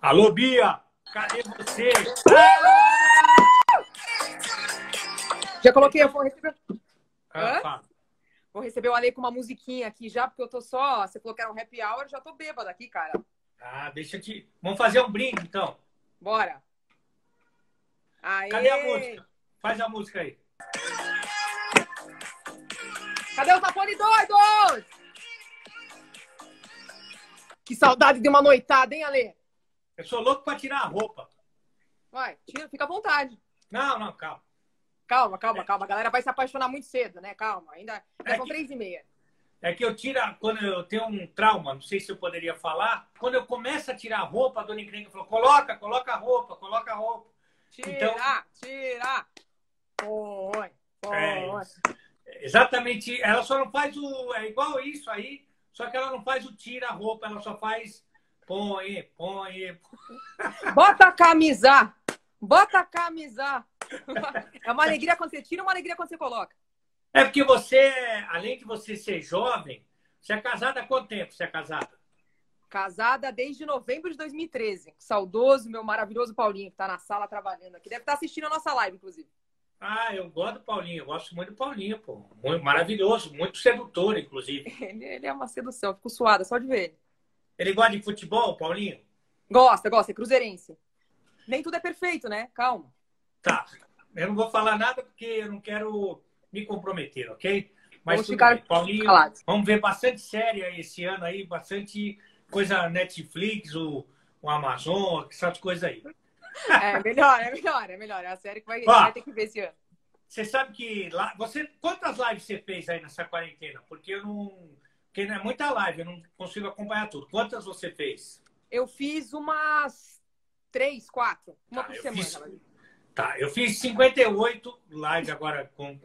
Alô, Bia! Cadê você? Já coloquei, eu vou receber. Fala. Vou receber o Ale com uma musiquinha aqui já, porque eu tô só. Você falou que era um happy hour, já tô bêbada aqui, cara. Deixa eu te. Vamos fazer um brinde, então. Bora. Aê! Cadê a música? Faz a música aí. Cadê os Napoli doidos? Que saudade de uma noitada, hein, Ale? Eu sou louco pra tirar a roupa. Vai, tira, fica à vontade. Não, calma. Calma. A galera vai se apaixonar muito cedo, né? Calma, ainda são 3h30. É que eu tiro, quando eu tenho um trauma, não sei se eu poderia falar, quando eu começo a tirar a roupa, a dona Encrenca falou, coloca a roupa. Tira. Põe. Exatamente, ela só não faz é igual isso aí, só que ela não faz o tira a roupa, ela só faz põe. Bota a camisa. É uma alegria quando você tira, uma alegria quando você coloca. É porque você, além de você ser jovem, você é casada há quanto tempo você é casada? Casada desde novembro de 2013. Saudoso, meu maravilhoso Paulinho, que tá na sala trabalhando aqui. Deve estar assistindo a nossa live, inclusive. Eu gosto do Paulinho. Eu gosto muito do Paulinho, pô. Muito maravilhoso, muito sedutor, inclusive. Ele é uma sedução. Eu fico suada só de ver ele. Ele gosta de futebol, Paulinho? Gosta. É cruzeirense. Nem tudo é perfeito, né? Calma. Tá. Eu não vou falar nada porque eu não quero me comprometer, ok? Mas vamos ficar bem. Paulinho, calados. Vamos ver bastante série esse ano aí, bastante coisa Netflix, o Amazon, essas coisas aí. É melhor. É a série que vai ter que ver esse ano. Você sabe que quantas lives você fez aí nessa quarentena? Porque porque não é muita live, eu não consigo acompanhar tudo. Quantas você fez? Eu fiz umas 3, 4. Uma por semana. Eu fiz 58 lives agora com...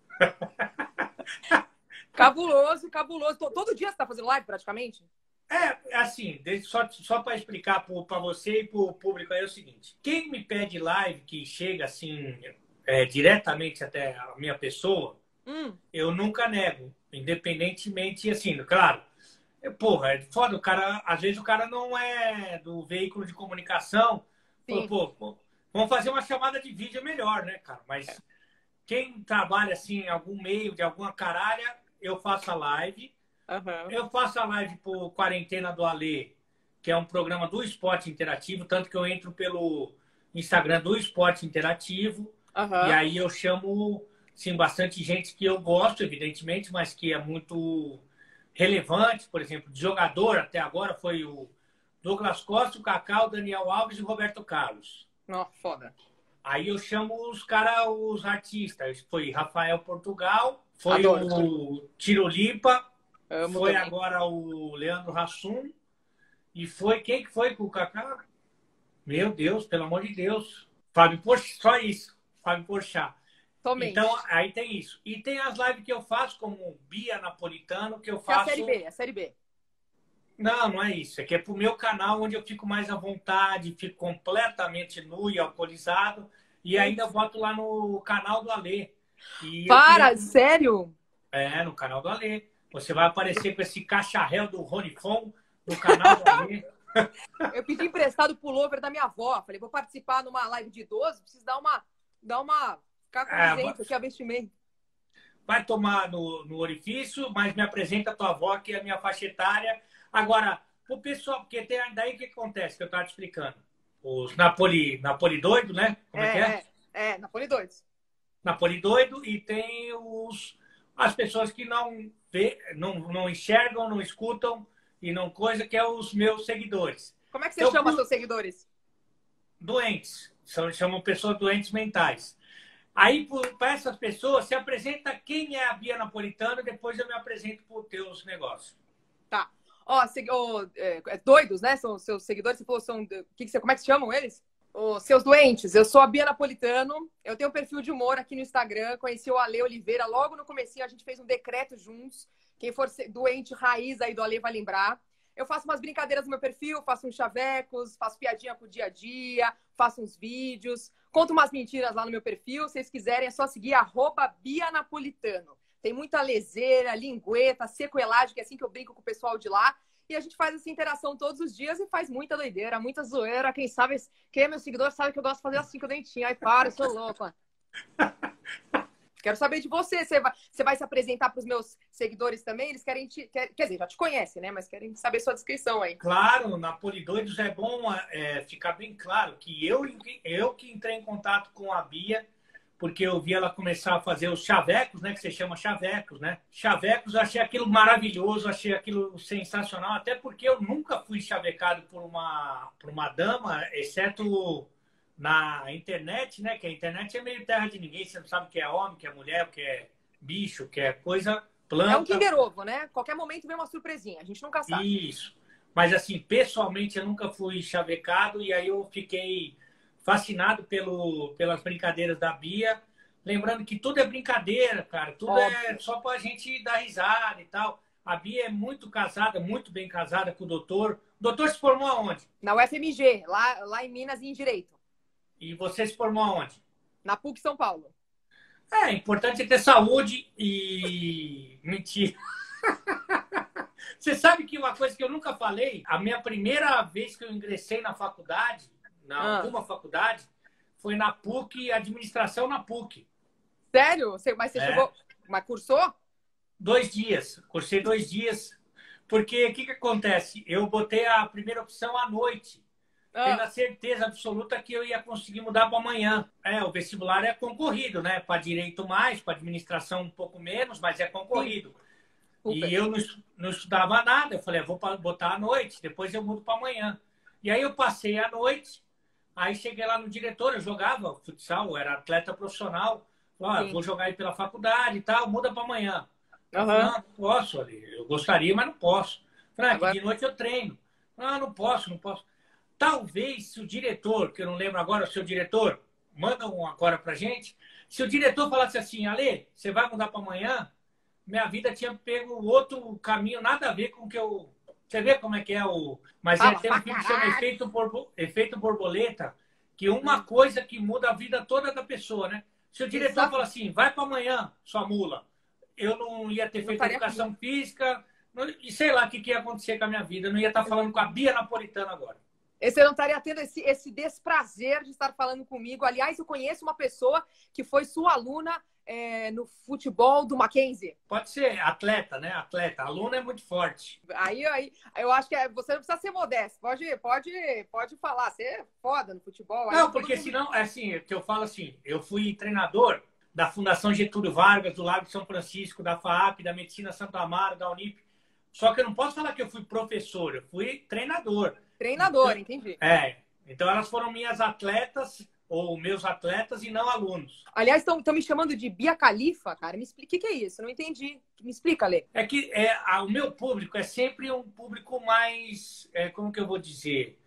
Cabuloso. Todo dia você tá fazendo live, praticamente? Assim, só para explicar para você e para o público aí é o seguinte. Quem me pede live que chega assim diretamente até a minha pessoa, eu nunca nego. Independentemente, assim, claro. Porra, é foda, o cara, às vezes o cara não é do veículo de comunicação. Pô, vamos fazer uma chamada de vídeo melhor, né, cara? Mas quem trabalha assim em algum meio, de alguma caralha, eu faço a live. Uhum. Eu faço a live por Quarentena do Alê, que é um programa do Esporte Interativo, tanto que eu entro pelo Instagram do Esporte Interativo. Uhum. E aí eu chamo, sim, bastante gente que eu gosto, evidentemente, mas que é muito relevante. Por exemplo, de jogador até agora foi o Douglas Costa, o Cacau, o Daniel Alves e o Roberto Carlos. Foda. Aí eu chamo os artistas. Foi Rafael Portugal, foi Adoro. o Tirolipa, foi também. agora o Leandro Hassum. E foi quem que foi com o Cacau? Meu Deus, pelo amor de Deus. Fábio Porchat, só isso. Fábio Porchat. Somente. Então, aí tem isso. E tem as lives que eu faço, como Bia Napolitano, que eu faço... É a série B. Não é isso. É que é pro meu canal, onde eu fico mais à vontade, fico completamente nu e alcoolizado. E ainda boto lá no canal do Alê. Sério? No canal do Alê. Você vai aparecer com esse cacharel do Ronifon no canal do Alê. Eu pedi emprestado o pullover da minha avó. Falei, vou participar numa live de idoso, preciso dar uma... Ficar com gente aqui, a vestimento. Vai tomar no orifício, mas me apresenta a tua avó, que é a minha faixa etária. Agora, o pessoal, porque tem daí o que acontece, que eu estava te explicando. Os Napoli doido, né? Como é que é? Napoli doidos. Napoli doido, e tem as pessoas que não enxergam, não escutam e não coisa, que é os meus seguidores. Como é que você chama seus seguidores? Doentes. Chamam pessoas doentes mentais. Aí, para essas pessoas, se apresenta quem é a Bia Napolitano, depois eu me apresento para os teus negócios. Tá. Doidos, né? São seus seguidores. Você falou, como é que se chamam eles? Os seus doentes. Eu sou a Bia Napolitano. Eu tenho um perfil de humor aqui no Instagram. Conheci o Ale Oliveira logo no comecinho. A gente fez um decreto juntos. Quem for doente raiz aí do Ale vai lembrar. Eu faço umas brincadeiras no meu perfil, faço uns chavecos, faço piadinha com o dia a dia, faço uns vídeos, conto umas mentiras lá no meu perfil. Se vocês quiserem, é só seguir @BiaNapolitano. Tem muita leseira, lingueta, sequelagem, que é assim que eu brinco com o pessoal de lá. e a gente faz essa interação todos os dias e faz muita doideira, muita zoeira. Quem sabe, quem é meu seguidor sabe que eu gosto de fazer assim com o dentinho. Ai, para, eu sou louca. Quero saber de você. Você vai se apresentar para os meus seguidores também? Eles querem quer dizer, já te conhecem, né? Mas querem saber sua descrição aí. Claro, na Polidoidos é bom ficar bem claro que eu que entrei em contato com a Bia, porque eu vi ela começar a fazer os chavecos, né? Que você chama chavecos, né? Chavecos, eu achei aquilo maravilhoso, achei aquilo sensacional, até porque eu nunca fui chavecado por uma dama, exceto na internet, né? Que a internet é meio terra de ninguém, você não sabe o que é homem, o que é mulher, o que é bicho, o que é coisa, planta. É um Kinder Ovo, né? Qualquer momento vem uma surpresinha, a gente nunca sabe. Isso. Mas assim, pessoalmente eu nunca fui chavecado e aí eu fiquei fascinado pelas brincadeiras da Bia. Lembrando que tudo é brincadeira, cara. Tudo é só pra gente dar risada e tal. A Bia é muito casada, muito bem casada com o doutor. O doutor se formou aonde? Na UFMG, lá em Minas, em Direito. E você se formou aonde? Na PUC São Paulo. É, importante é ter saúde e... Mentira. Você sabe que uma coisa que eu nunca falei, a minha primeira vez que eu ingressei na faculdade, alguma faculdade, foi na PUC, administração na PUC. Sério? Mas você chegou... Mas cursou? 2 dias. Cursei 2 dias. Porque o que acontece? Eu botei a primeira opção à noite. Tendo a certeza absoluta que eu ia conseguir mudar para amanhã. O vestibular é concorrido, né? Para direito mais, para administração um pouco menos, mas é concorrido. E eu não estudava nada. Eu falei, vou botar à noite, depois eu mudo para amanhã. E aí eu passei a noite, aí cheguei lá no diretor, eu jogava futsal, eu era atleta profissional. Falei, vou jogar aí pela faculdade e tal, muda para amanhã. Não posso, ali. Eu gostaria, mas não posso. Falei, de noite eu treino. Não posso. Talvez se o diretor, que eu não lembro agora, o seu diretor, manda um agora pra gente, se o diretor falasse assim, Ale, você vai mudar para amanhã, minha vida tinha pego outro caminho, nada a ver com o que eu... Você vê como é que é o... Mas tem um filme que chama Efeito Borboleta, que uma coisa que muda a vida toda da pessoa, né? Se o diretor fala assim, vai para amanhã, sua mula, eu não ia ter feito educação física, e sei lá o que ia acontecer com a minha vida. Eu não ia estar falando com a Bia Napolitano agora. Você não estaria tendo esse desprazer de estar falando comigo. Aliás, eu conheço uma pessoa que foi sua aluna no futebol do Mackenzie. Pode ser atleta, né? Atleta. Aluna é muito forte. Aí eu acho que você não precisa ser modesto. Pode falar. Você é foda no futebol. Não, porque senão, assim, que eu falo assim, eu fui treinador da Fundação Getúlio Vargas, do Lago de São Francisco, da FAAP, da Medicina Santo Amaro, da Unip. Só que eu não posso falar que eu fui professor, eu fui treinador. Treinador, entendi. Então elas foram minhas atletas ou meus atletas e não alunos. Aliás, estão me chamando de Bia Khalifa, cara. Me explica o que é isso, eu não entendi. Me explica, Lê. É que o meu público é sempre um público mais, como que eu vou dizer,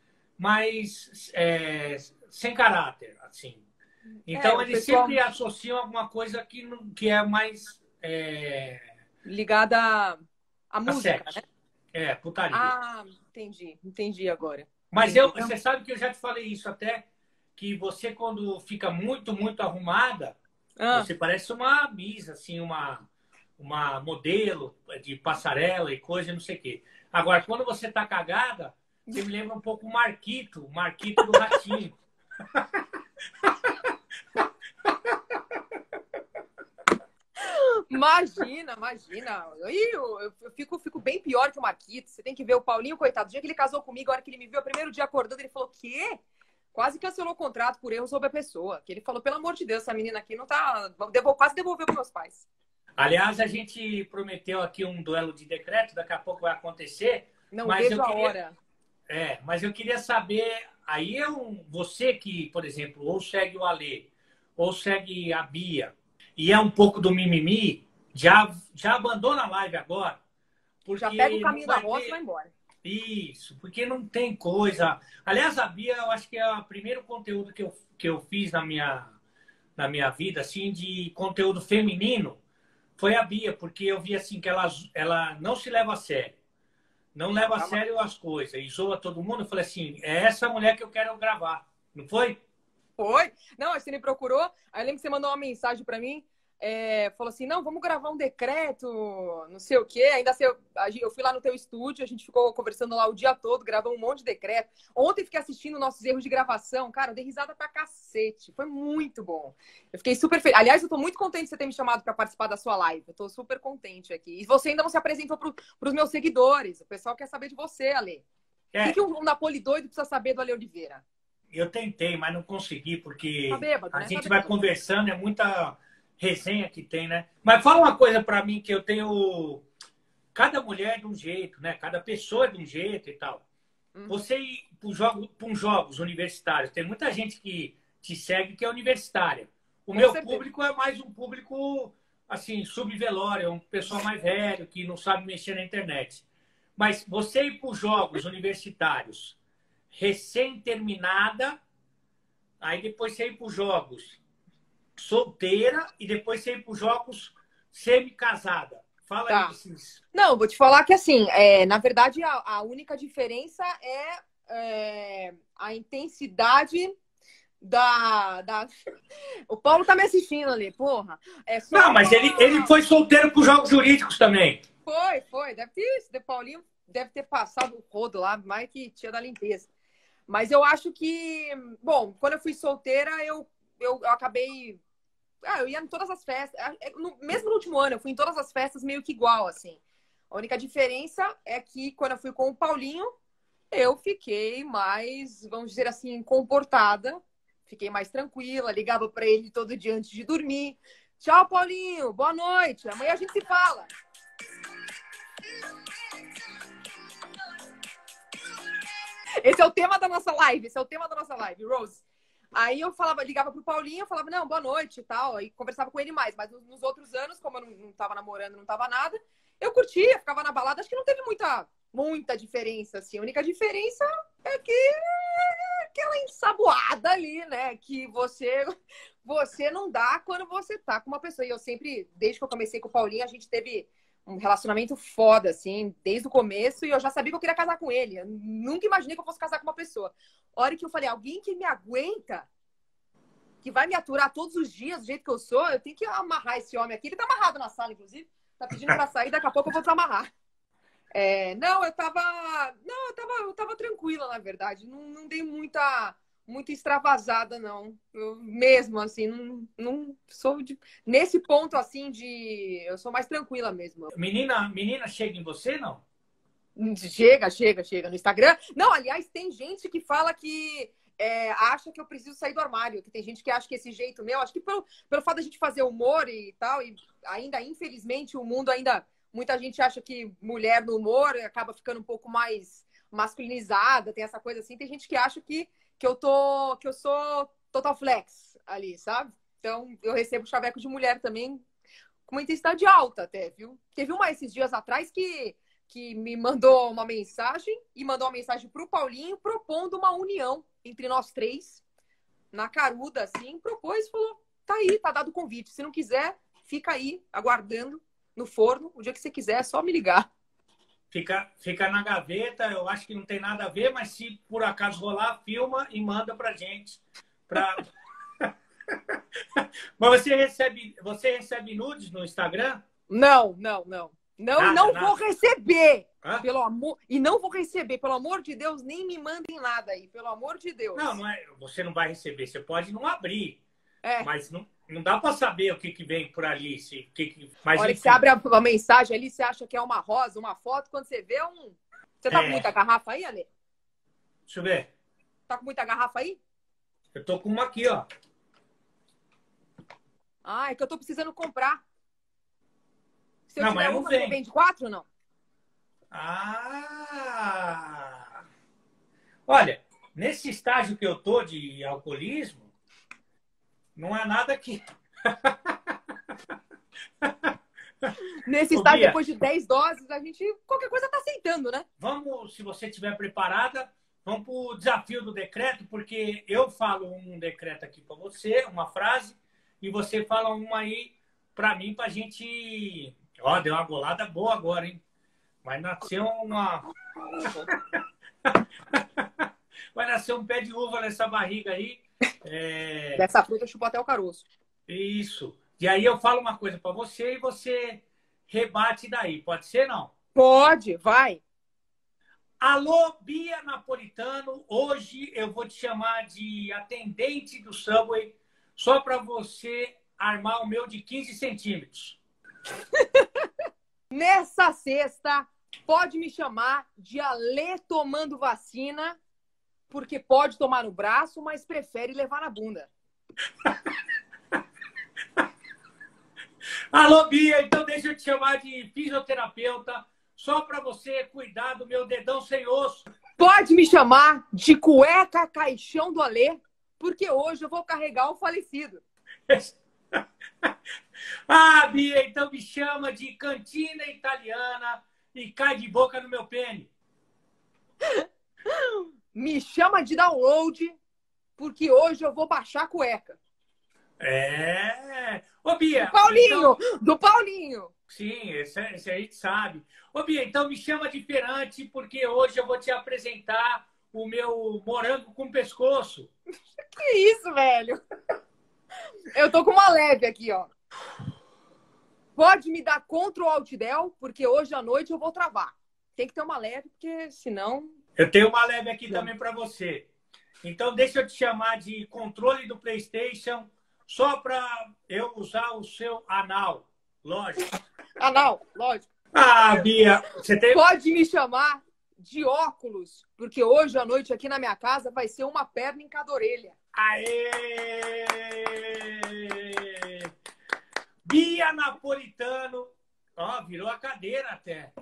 mais sem caráter, assim. Então eles sempre associam alguma coisa que é mais... ligada à música, sexo. Né? Putaria. Ah, entendi agora. Mas você sabe que eu já te falei isso até, que você quando fica muito, muito arrumada, você parece uma bisa, assim, uma modelo de passarela e coisa, não sei o quê. Agora, quando você tá cagada, você me lembra um pouco o Marquito do Ratinho. Imagina. Eu fico bem pior que o Marquito. Você tem que ver o Paulinho, coitado. O dia que ele casou comigo, a hora que ele me viu, o primeiro dia acordando, ele falou, quê? Quase cancelou o contrato por erro sobre a pessoa. Que ele falou, pelo amor de Deus, essa menina aqui não tá... Quase devolveu para meus pais. Aliás, a gente prometeu aqui um duelo de decreto, daqui a pouco vai acontecer. Não vejo a hora. Mas eu queria saber, aí você que, por exemplo, ou segue o Alê, ou segue a Bia, e é um pouco do mimimi, já abandona a live agora. Porque já pega o caminho da roça e vai embora. Isso, porque não tem coisa... Aliás, a Bia, eu acho que é o primeiro conteúdo que eu fiz na minha vida, assim, de conteúdo feminino, foi a Bia, porque eu vi assim que ela não se leva a sério. Não leva a sério as coisas. E zoa todo mundo. Eu falei assim, é essa mulher que eu quero gravar. Não foi? Foi. Não, você me procurou. Aí eu lembro que você mandou uma mensagem pra mim. falou assim, não, vamos gravar um decreto, não sei o quê. Eu fui lá no teu estúdio, a gente ficou conversando lá o dia todo, gravamos um monte de decreto. Ontem fiquei assistindo nossos erros de gravação. Cara, eu dei risada pra cacete. Foi muito bom. Eu fiquei super feliz. Aliás, eu tô muito contente de você ter me chamado pra participar da sua live. Eu tô super contente aqui. E você ainda não se apresentou pros meus seguidores. O pessoal quer saber de você, Ale. O que um Napoli doido precisa saber do Ale Oliveira? Eu tentei, mas não consegui, porque tá bêbado, a né? gente vai conversando, é muita resenha que tem, né? Mas fala uma coisa pra mim, que eu tenho... Cada mulher é de um jeito, né? Cada pessoa é de um jeito e tal. Você ir para uns jogos universitários, tem muita gente que te segue que é universitária. O meu público é mais um público, assim, subvelório, é um pessoal mais velho, que não sabe mexer na internet. Mas você ir para os jogos universitários recém-terminada, aí depois você ir para os jogos solteira e depois você ir para os jogos semi-casada. Fala aí. Não, vou te falar que, assim, na verdade, a única diferença é a intensidade da... O Paulo tá me assistindo ali, porra. Não, mas ele foi solteiro para os jogos jurídicos também. Foi. O Paulinho deve ter passado o rodo lá, mais que tia da limpeza. Mas eu acho que... Bom, quando eu fui solteira, eu acabei... eu ia em todas as festas. Mesmo no último ano, eu fui em todas as festas meio que igual, assim. A única diferença é que quando eu fui com o Paulinho, eu fiquei mais, vamos dizer assim, comportada. Fiquei mais tranquila, ligava para ele todo dia antes de dormir. Tchau, Paulinho, boa noite. Amanhã a gente se fala. Esse é o tema da nossa live, Rose. Aí eu ligava pro Paulinho, eu falava, não, boa noite e tal. Aí conversava com ele mais. Mas nos outros anos, como eu não tava namorando, não tava nada, eu curtia, ficava na balada. Acho que não teve muita diferença, assim. A única diferença é que aquela ensaboada ali, né? Que você não dá quando você tá com uma pessoa. E eu sempre, desde que eu comecei com o Paulinho, a gente teve um relacionamento foda, assim, desde o começo, e eu já sabia que eu queria casar com ele. Eu nunca imaginei que eu fosse casar com uma pessoa. A hora que eu falei, alguém que me aguenta, que vai me aturar todos os dias do jeito que eu sou, eu tenho que amarrar esse homem aqui. Ele tá amarrado na sala, inclusive. Tá pedindo pra sair, daqui a pouco eu vou desamarrar. Eu tava tranquila, na verdade. Não dei muita extravasada, não. Eu mesmo, assim, não sou de... Nesse ponto, assim, eu sou mais tranquila mesmo. Menina chega em você, não? Chega. No Instagram. Não, aliás, tem gente que fala que acha que eu preciso sair do armário. Que tem gente que acha que esse jeito meu... Acho que pelo fato da gente fazer humor e tal, e ainda, infelizmente, o mundo ainda... Muita gente acha que mulher no humor acaba ficando um pouco mais masculinizada, tem essa coisa assim. Tem gente que acha que eu sou total flex ali, sabe? Então, eu recebo chaveco de mulher também com uma intensidade alta até, viu? Teve uma esses dias atrás que me mandou uma mensagem e mandou uma mensagem pro Paulinho propondo uma união entre nós três, na caruda, assim, propôs, falou, tá aí, tá dado o convite. Se não quiser, fica aí, aguardando no forno. O dia que você quiser, é só me ligar. Fica na gaveta, eu acho que não tem nada a ver, mas se por acaso rolar, filma e manda pra gente. Mas você recebe nudes no Instagram? Não vou receber. Pelo amor, e não vou receber, pelo amor de Deus, nem me mandem nada aí, pelo amor de Deus. Não é, você não vai receber, você pode não abrir. Mas não dá para saber o que vem por ali. Mas olha, você abre uma mensagem ali, você acha que é uma rosa, uma foto, quando você vê Você tá com muita garrafa aí, Ale? Deixa eu ver. Tá com muita garrafa aí? Eu tô com uma aqui, ó. É que eu tô precisando comprar. Se eu não, tiver mas não uma, vem. Você vende 4 ou não? Olha, nesse estágio que eu tô de alcoolismo, não é nada que... Nesse estágio, depois de 10 doses, a gente, qualquer coisa tá aceitando, né? Vamos, se você estiver preparada, vamos pro desafio do decreto, porque eu falo um decreto aqui para você, uma frase, e você fala uma aí para mim, pra gente... Ó, deu uma golada boa agora, hein? Vai nascer Vai nascer um pé de uva nessa barriga aí. Dessa fruta chupou até o caroço. Isso. E aí eu falo uma coisa para você e você rebate daí. Pode ser, não? Pode, vai. Alô, Bia Napolitano. Hoje eu vou te chamar de atendente do Subway só para você armar o meu de 15 centímetros. Nessa sexta, pode me chamar de Alê tomando vacina, porque pode tomar no braço, mas prefere levar na bunda. Alô, Bia, então deixa eu te chamar de fisioterapeuta só para você cuidar do meu dedão sem osso. Pode me chamar de cueca caixão do Alê, porque hoje eu vou carregar o falecido. Ah, Bia, então me chama de cantina italiana e cai de boca no meu pênis. Me chama de download, porque hoje eu vou baixar a cueca. Ô, Bia. Do Paulinho, então... do Paulinho. Sim, esse a gente sabe. Ô, Bia, então me chama de Ferante, porque hoje eu vou te apresentar o meu morango com pescoço. Que isso, velho? Eu tô com uma leve aqui, ó. Pode me dar Ctrl Alt Del, porque hoje à noite eu vou travar. Tem que ter uma leve, porque senão... Eu tenho uma leve aqui também para você. Então, deixa eu te chamar de controle do PlayStation, só para eu usar o seu anal. Lógico. Anal, lógico. Ah, Bia, você tem... Pode me chamar de óculos, porque hoje à noite aqui na minha casa vai ser uma perna em cada orelha. Aê! Bia Napolitano. Ó, virou a cadeira até.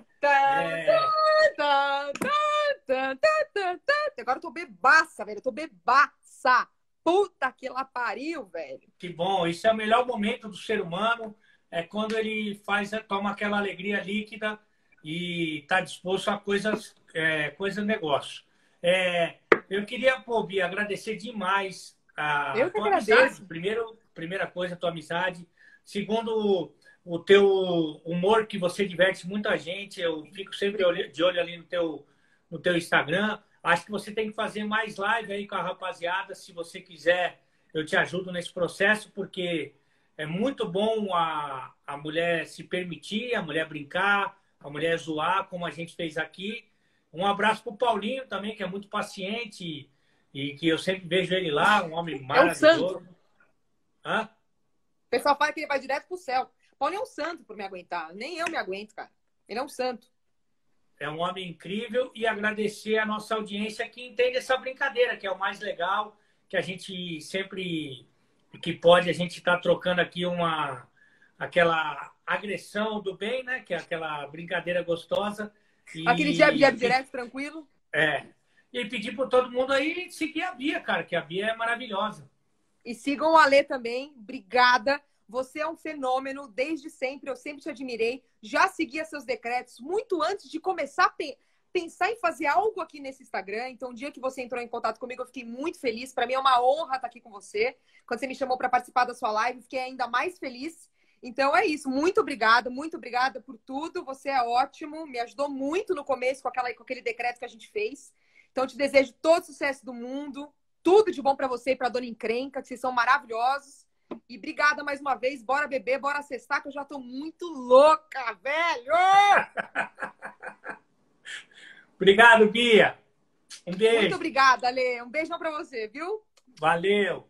Agora eu tô bebaça, velho. Eu tô bebaça. Puta que ela pariu, velho. Que bom. Isso é o melhor momento do ser humano. É quando ele toma aquela alegria líquida e está disposto a coisa negócio. Eu queria, Bia, agradecer demais a tua amizade. Primeira coisa, a tua amizade. Segundo, o teu humor, que você diverte muita gente. Eu fico sempre de olho ali no teu Instagram. Acho que você tem que fazer mais live aí com a rapaziada. Se você quiser, eu te ajudo nesse processo, porque é muito bom a mulher se permitir, a mulher brincar, a mulher zoar, como a gente fez aqui. Um abraço pro Paulinho também, que é muito paciente e que eu sempre vejo ele lá, um homem maravilhoso. É um santo. Hã? O pessoal fala que ele vai direto pro céu. Paulinho é um santo por me aguentar. Nem eu me aguento, cara. Ele é um santo. É um homem incrível, e agradecer a nossa audiência que entende essa brincadeira, que é o mais legal, que a gente sempre que pode, a gente está trocando aqui aquela agressão do bem, né? Que é aquela brincadeira gostosa. Aquele jab direto, tranquilo. E pedir para todo mundo aí seguir a Bia, cara, que a Bia é maravilhosa. E sigam o Alê também. Obrigada. Você é um fenômeno desde sempre. Eu sempre te admirei. Já seguia seus decretos muito antes de começar a pensar em fazer algo aqui nesse Instagram. Então, o dia que você entrou em contato comigo, eu fiquei muito feliz. Para mim é uma honra estar aqui com você. Quando você me chamou para participar da sua live, fiquei ainda mais feliz. Então, é isso. Muito obrigada por tudo. Você é ótimo. Me ajudou muito no começo com aquele decreto que a gente fez. Então, te desejo todo o sucesso do mundo. Tudo de bom para você e para a Dona Encrenca, que vocês são maravilhosos. E obrigada mais uma vez. Bora beber, bora cestar, que eu já tô muito louca, velho! Obrigado, Bia. Um beijo. Muito obrigada, Ale. Um beijão pra você, viu? Valeu.